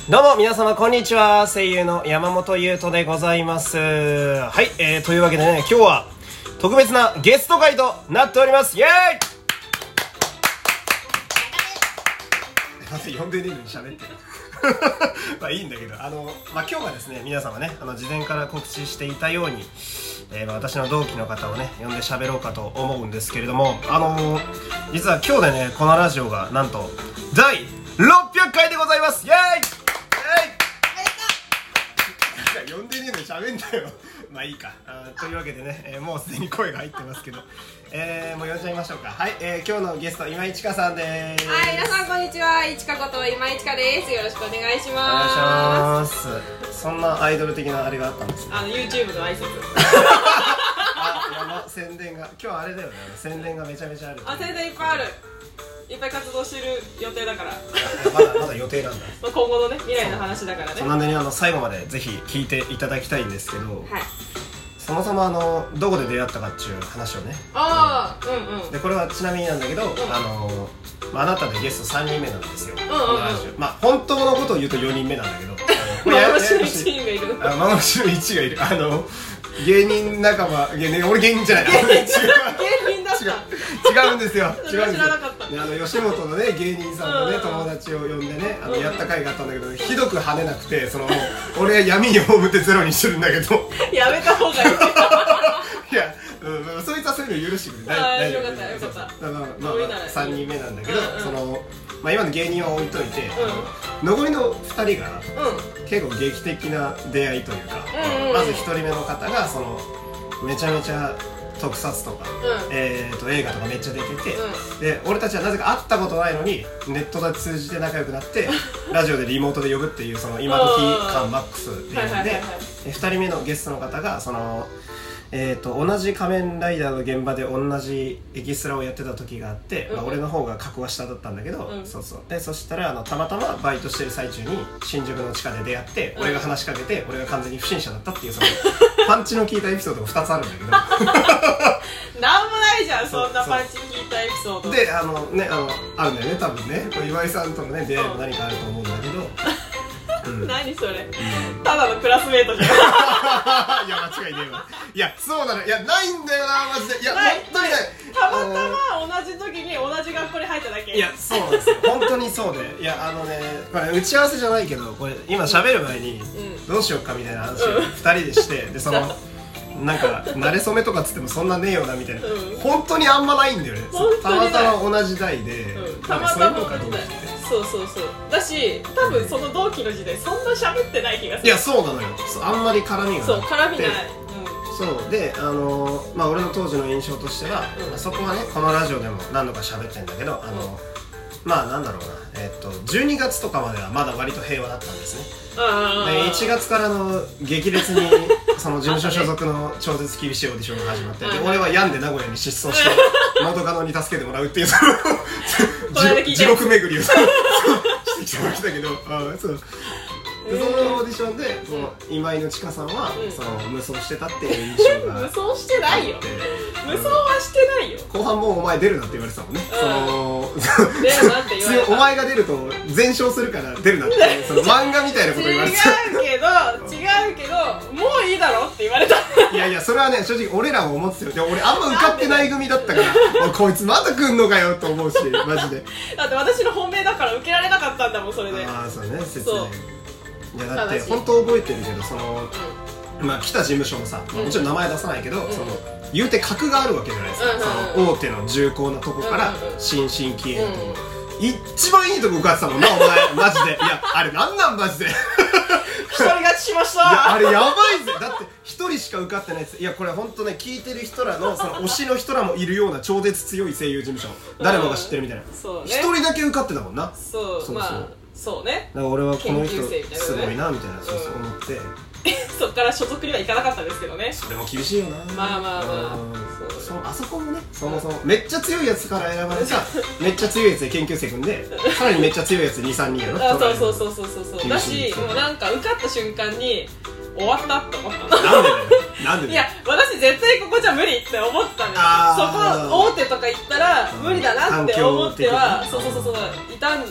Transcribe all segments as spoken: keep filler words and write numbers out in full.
どうも皆様こんにちは、声優の山本優斗でございます。はい、えー、というわけでね、今日は特別なゲスト会となっております。イエーイなんで呼んでねえのに喋ってるまあいいんだけど、あの、まあ今日はですね、皆様ね、あの事前から告知していたように、えー、まあ私の同期の方をね、呼んで喋ろうかと思うんですけれども、あのー、実は今日でね、このラジオがなんとだいろっぴゃっかいでございます。イエーイ呼んでねえのに喋んだよまあいいか。あというわけでね、えー、もうすでに声が入ってますけど、えー、もう呼んじゃいましょうか。はい、えー、今日のゲスト今井千佳さんです。 はい、皆さんこんにちは、いちかこと今井千佳です。よろしくお願いします。 お願いします。そんなアイドル的なあれがあったんですね。 あの YouTube の挨拶あ、やば、宣伝が今日はあれだよね、宣伝がめちゃめちゃある。 あ、宣伝いっぱいある。いっぱい活動してる予定だからまだまだ予定なんだまあ今後のね、未来の話だからね。 そうなんでね、あの最後までぜひ聞いていただきたいんですけど、はい、そもそもあのどこで出会ったかっていう話をね。 ああ、うんうん。 でこれはちなみになんだけど、うん、あの、まあ、あなたでゲストさんにんめなんですよ。うんうんうん、まあ本当のことを言うとよにんめなんだけど幻のいちにんがいる。 あ、幻のいちがいる。あの芸人仲間、芸人、俺芸人じゃない。 芸人だった。 違うんですよ。違うんですよ。 ね、 あの吉本のね芸人さんのね友達を呼んでね、あのやった回があったんだけど、ひどく跳ねなくて、その俺は闇に葬ってゼロにしてるんだけど。 やめた方がいい。 いや、うん、そいつはそういうの許してくれ。 大丈夫。よかったよかった。 だからまあさんにんめなんだけど、そのまあ今の芸人は置いといて、残りのふたりが結構劇的な出会いというか、まずひとりめの方がそのめちゃめちゃ特撮とか、うん、えーと映画とかめっちゃ出てて、うん、で俺たちはなぜか会ったことないのにネットで通じて仲良くなってラジオでリモートで呼ぶっていう、その今時感マックスっていうので、ふたりめのゲストの方がそのえーと同じ仮面ライダーの現場で同じエキストラをやってた時があって、うん、まあ、俺の方が格は下だったんだけど、うん、そうそう。でそしたらあのたまたまバイトしてる最中に新宿の地下で出会って、うん、俺が話しかけて、俺が完全に不審者だったっていう、そのパンチの効いたエピソードがふたつあるんだけどなんもないじゃん、そんなパンチの効いたエピソードで、あのね、あのあるんだよね、多分ね。岩井さんとのね出会いも何かあると思うんだけどうん、何それ、うん、ただのクラスメートじゃんいや間違いねえわ。いやそうなの、いやないんだよなマジで。いや本当にない。 たまたま同じ時に同じ学校に入っただけ。 いやそうなんですよ本当にそうで。いやあのね、これ打ち合わせじゃないけど、これ今喋る前にどうしようかみたいな話をふたりでして、でそのなんか慣れ初めとかっつってもそんなねえよなみたいな、うん、本当にあんまないんだよね。たまたま同じ代で、うん、たまたま同じ代。 そうそうそう。だし、多分その同期の時代そんな喋ってない気がする。 いやそうなのよ。あんまり絡みがなくて。 そう、絡みない。 うん、そうで、あのー、まあ俺の当時の印象としては、うん、そこはねこのラジオでも何度か喋ってんだけど、あのーうん、まあなんだろうな、えー、っとじゅうにがつとかまではまだ割と平和だったんですね。でいちがつからの激烈にその事務所所属の超絶厳しいオーディションが始まって、で俺は病んで名古屋に失踪して元カノに助けてもらうっていうその地獄巡りをしてきたわけだけど、あそうでそのオーディションでその今井の千佳さんは、うん、その無双してたっていう印象が無双してないよ。無双はしてないよ。 後半もうお前出るなって言われてたもんね。 うん、 その出るなって言われた。 お前が出ると全勝するから出るなってその漫画みたいなこと言われてた。 違うけど違うけどもういいだろって言われた。 いやいやそれはね正直俺らも思ってたよ。で俺あんま受かってない組だったからこいつまた来んのかよと思うしマジで。 だって私の本命だから受けられなかったんだもんそれで。 ああそうね説明。いやだって本当覚えてるけど、その、うん、まあ来た事務所もさ、うん、もちろん名前出さないけど、うん、その言うて格があるわけじゃないですか、うん、その大手の重厚なとこから新進気鋭のところ、うん、一番いいとこ受かってたもんなお前マジで。いやあれなんなんマジで一人勝ちしました。 いやあれやばいぜ。だって一人しか受かってないやつ。いやこれ本当ね聞いてる人らのその推しの人らもいるような超絶強い声優事務所、誰もが知ってるみたいな。一、うんね、人だけ受かってたもんな。 そうそうそう、まあそうね。 だから俺はこの人すごいなみたいなそうそう思ってそっから所属には行かなかったですけどね。 それも厳しいよな。 まあまあまあそうそうあそこもねそもそもめっちゃ強いやつから選ばれためっちゃ強いやつで研究生組んでさらにめっちゃ強いやつ にさんにんやろ。 あそうそうそうそうそうそうだし、もうなんか受かった瞬間に終わったって思ったの。 なんでだよなんでだよ。 いや私絶対ここじゃ無理って思ったのよ。そこ大手とか行ったら無理だなって思ってはそうそうそうそういたん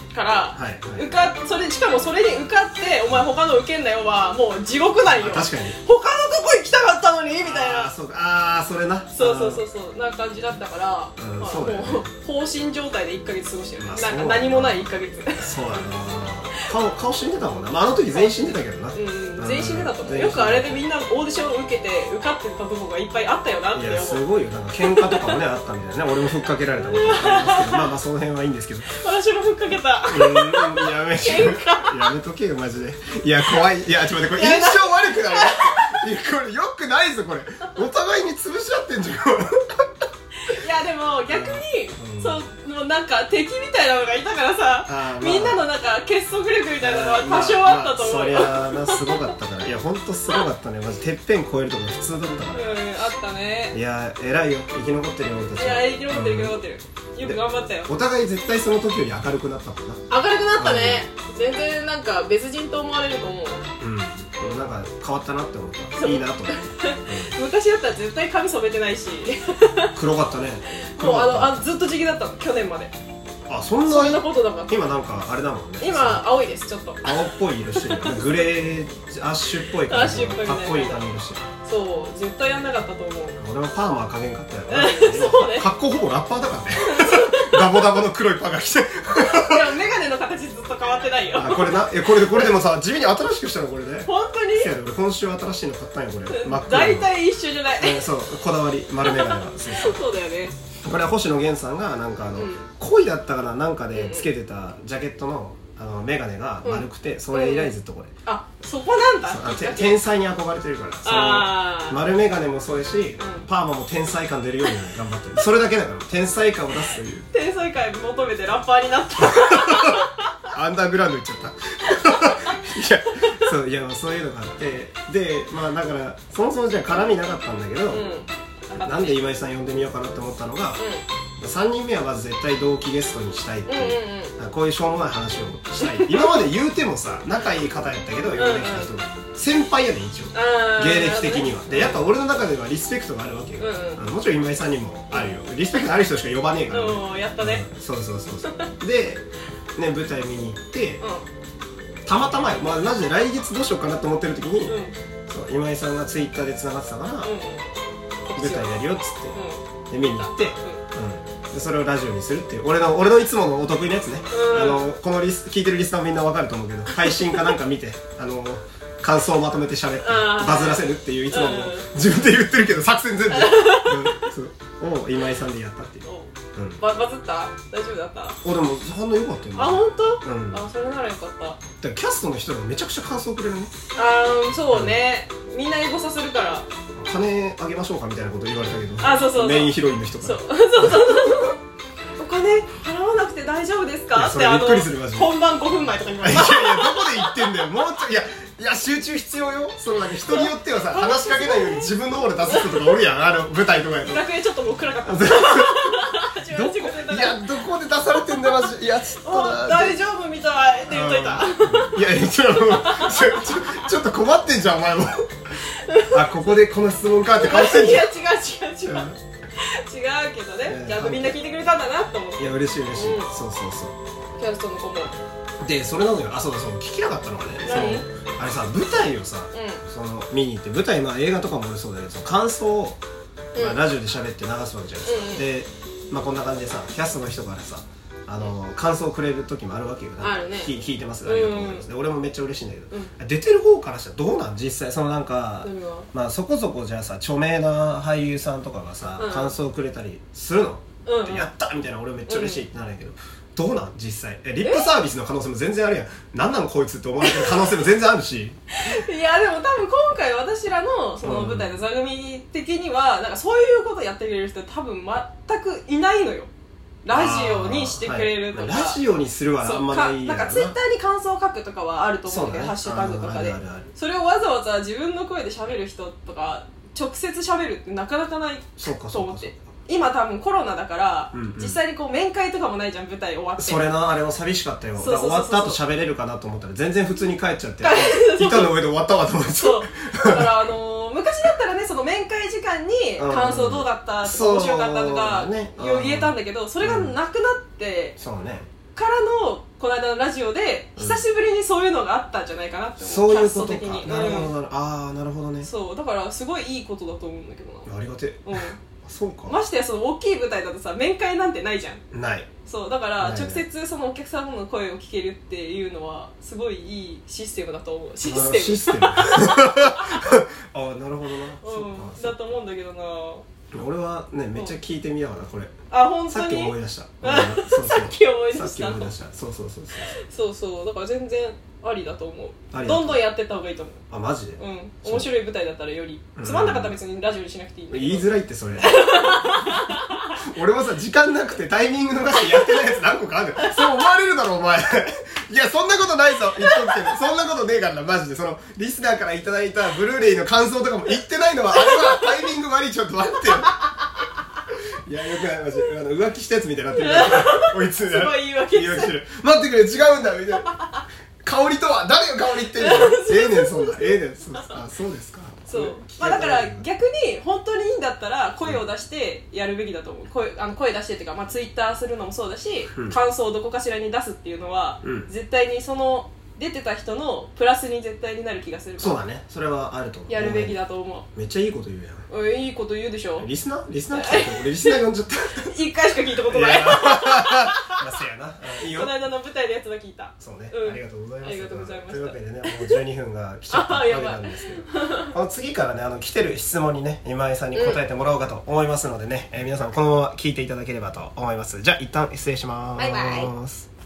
から、 はいはい、 受かそれしかもそれに受かってお前他の受けんなよはもう地獄なんよ。 確かに他のとこ行きたかったのにみたいな。 あそうあそれなそうそうそうそうな感じだったから、 うんまあ、 そうだよね、 もう放心状態でいっかげつ過ごしてる、 まあ、 なんか何もないいっかげつ。 そうやな顔顔死んでたもんな、まあ、あの時全員死んでたけどな、 うん、全員死んでたと思う。よくあれでみんなオーディション受けて受かってたとこがいっぱいあったよなって思う。 いやすごいよ、なんか喧嘩とかもねあったみたいなね、俺もふっかけられたこともありますけどまあまあその辺はいいんですけど私もふっかけた。 うんやめやめとけよマジで。いや怖い、いやちょっと待って、これ印象悪くなるよいやこれよくないぞこれ、お互いに潰し合ってんじゃんいやでも逆に、うん、そうもうなんか敵みたいなのがいたからさ、まあ、みんなのなんか結束力みたいなのは多少あったと思うよ、 まあまあ、そりゃなすごかったからいやほんとすごかったねマジ、てっぺん超えるとか普通だったから、 うん、あったね。 いや偉いよ、生き残ってるよ俺たち。 いや生き残ってる生き残ってる、よく頑張ったよ。 お互い絶対その時より明るくなったもんな。 明るくなったね、うん、全然なんか別人と思われると思う。 うんなんか変わったなって思った、いいなと思って、 うん、昔だったら絶対髪染めてないし黒かったね。 もうあのあずっと地毛だったの去年まで。 あそんなそんなことなかった。 今なんかあれだもんね、 今青いですちょっと青っぽい色してるグレーアッシュっぽい感じのかっこいい髪色してる。 そう絶対やんなかったと思う。 俺もパーマは加減買ったよそうね、 格好ほぼラッパーだからねダボダボの黒いパーが着てでもメガネの形ずっと変わってないよ。 あこれないやこれでこれでもさ地味に新しくしたのこれで。 本当に？ いや俺今週新しいの買ったんよこれ。真っ黒の大体一緒じゃない、 えー、そうこだわり丸メガネはそうそうそうだよね。 これは星野源さんがなんかあの、うん、恋だったかななんかでつけてたジャケットのあのメガネが丸くて、うん、それ以来ずっとこれ、うん、 あそこなんだ。 天才に憧れてるから、その丸メガネもそうやし、うん、パーマも天才感出るように頑張ってるそれだけだから天才感を出すという天才感求めてラッパーになったアンダーグラウンド行っちゃったいやそういやそういうのがあってでまあだからそもそもじゃあ絡みなかったんだけど、うん、なんで今井さん呼んでみようかなって思ったのが、うん、さんにんめはまず絶対同期ゲストにしたいっていう、うんうんうん、こういうしょうもない話をしたい今まで言うてもさ仲いい方やったけど呼んできた人が先輩やで一応芸歴的にはでやっぱ俺の中ではリスペクトがあるわけよ、うんうん、もちろん今井さんにもあるよリスペクトある人しか呼ばねえから、ね、 うんやったね、 うん、そうそうそうそうで、ね、舞台見に行って、うん、たまたまよ、まあ、マジで来月どうしようかなと思ってる時に、うん、そう今井さんがツイッターでつながってたから、うん、舞台やるよっつって、うん、で見に行って、うん、でそれをラジオにするっていう俺の俺のいつものお得意なやつね、うん、あのこのリス聞いてるリスナーみんな分かると思うけど配信かなんか見てあの感想をまとめて喋ってバズらせるっていういつもの、うん、自分で言ってるけど作戦全部、うん、そうを今井さんでやったっていう、うん、 バ, バズった大丈夫だった？ あでも反応良かったよね。 あ本当？ うん、 あそれならよかった。だからキャストの人がめちゃくちゃ感想くれるね。 あそうね、うん、みんなエゴサするから金あげましょうかみたいなこと言われたけど、 あそうそうそうメインヒロインの人からそうそうそうそうお金払わなくて大丈夫ですかってあの本番ごふんまえとかに言われた。 いやいやどこで言ってんだよもうちょいやいや集中必要よ。そのなんか人によってはさ話しかけないように自分の方で出す人とかおるやんあの舞台とかやと楽屋ちょっともう暗かったどこいやどこで出されてんだマジいやちょっとな大丈夫みたいって言っといたいやいやちょっとちょっと困ってんじゃんお前もあここでこの質問かって顔してんじゃん。 いや違う違う違う、うん、違うけどねちゃんとみんな聞いてくれたんだなと思って。 いや嬉しい嬉しい、うん、そうそうそうキャストの子もでそれなのよ。あそうだそう聞きなかったのがねそのあれさ舞台をさ、うん、その見に行って舞台まあ映画とかも俺そうだけどその感想を、うんまあ、ラジオで喋って流すわけじゃないですか、うんうん、でまあこんな感じでさキャストの人からさあの感想をくれる時もあるわけよ。 あるね聞いてますありがとうございます、うん、で俺もめっちゃ嬉しいんだけど、うん、出てる方からしたらどうなん実際そのなんかまあそこそこじゃあさ著名な俳優さんとかがさ、うん、感想をくれたりするの、うん、やったみたいな俺めっちゃ嬉しいってなるけど、うんどうなん実際えリップサービスの可能性も全然あるやん。なんなのこいつって思われてる可能性も全然あるしいやでも多分今回私らのその舞台の座組的にはなんかそういうことやってくれる人多分全くいないのよ。ラジオにしてくれるとか、 はい、ラジオにするはあんまないなんかツイッターに感想を書くとかはあると思うんだけど、ね、ハッシュタグとかでそれをわざわざ自分の声で喋る人とか直接喋るってなかなかないと思って。今多分コロナだから、うんうん、実際にこう面会とかもないじゃん舞台終わってそれなあれも寂しかったよ。そうそうそうそう終わった後喋れるかなと思ったら全然普通に帰っちゃって板の上で終わったわと思ってそうだからあのー、昔だったらねその面会時間に感想どうだったとか面白かったとか言えたんだけどそれがなくなって、 うん、そうねからのこの間のラジオで久しぶりにそういうのがあったんじゃないかなって思う、 そういうことか。 キャスト的に。 なるほど、 うん、 なるほど。ああ、なるほどね。 そうだからすごいいいことだと思うんだけどな。 ありがてえ。 うんそうか。 ましてやその大きい舞台だとさ面会なんてないじゃん。 ない。 そうだからないね直接そのお客さんの声を聞けるっていうのはすごいいいシステムだと思う。システムシステムああ、なるほどな。そううん、 か。 だと思うんだけどな。 俺はね、めっちゃ聞いてみような、これ。 あ、本当にさっき思い出した。 さっき思い出した。 さっき思い出した。そうそうそうそうそうだから全然ありだと思う。 ありだとどんどんやってった方がいいと思う。 あ、マジで。 うん面白い舞台だったらよりつまんなかったら別にラジオにしなくていいんだけど。 言いづらいってそれ俺もさ、時間なくてタイミング逃してやってないやつ何個かある。そう思われるだろお前いや、そんなことないぞ、言っとくけど。そんなことねえからな、マジで。そのリスナーからいただいたブルーレイの感想とかも言ってないのは、あれはタイミング悪い。ちょっと待ってよいや、よくないマジで。あの浮気したやつみたいになってるこいつすごい言い訳言い訳してる。待ってくれ、違うんだみたいな。香りとは誰が香りって言うのええねん、そんな。ええねん。そうあ、そうですか。 そうまあだから逆に本当にいいんだったら声を出してやるべきだと思う。声あの声出してっていうか、まあ、ツイッターするのもそうだし、うん、感想をどこかしらに出すっていうのは、うん、絶対にその出てた人のプラスに絶対になる気がするから。 そうだね、それはあると思う。 やるべきだと思う。 めっちゃいいこと言うやん。 いいこと言うでしょ。 リスナーリスナー聞いて俺リスナー呼んじゃった一回しか聞いたことない。 まあせやな。いいよ。 この間の舞台のやつは聞いた。 そうね、 うん、 ありがとうございます。 ありがとうございました。 というわけでね、もうじゅうにふんが来ちゃったわけなんですけどこの次からね、あの来てる質問にね、今井さんに答えてもらおうかと思いますのでね、うん、えー、皆さんこのまま聞いていただければと思います。じゃあ一旦失礼します。 バイバイ。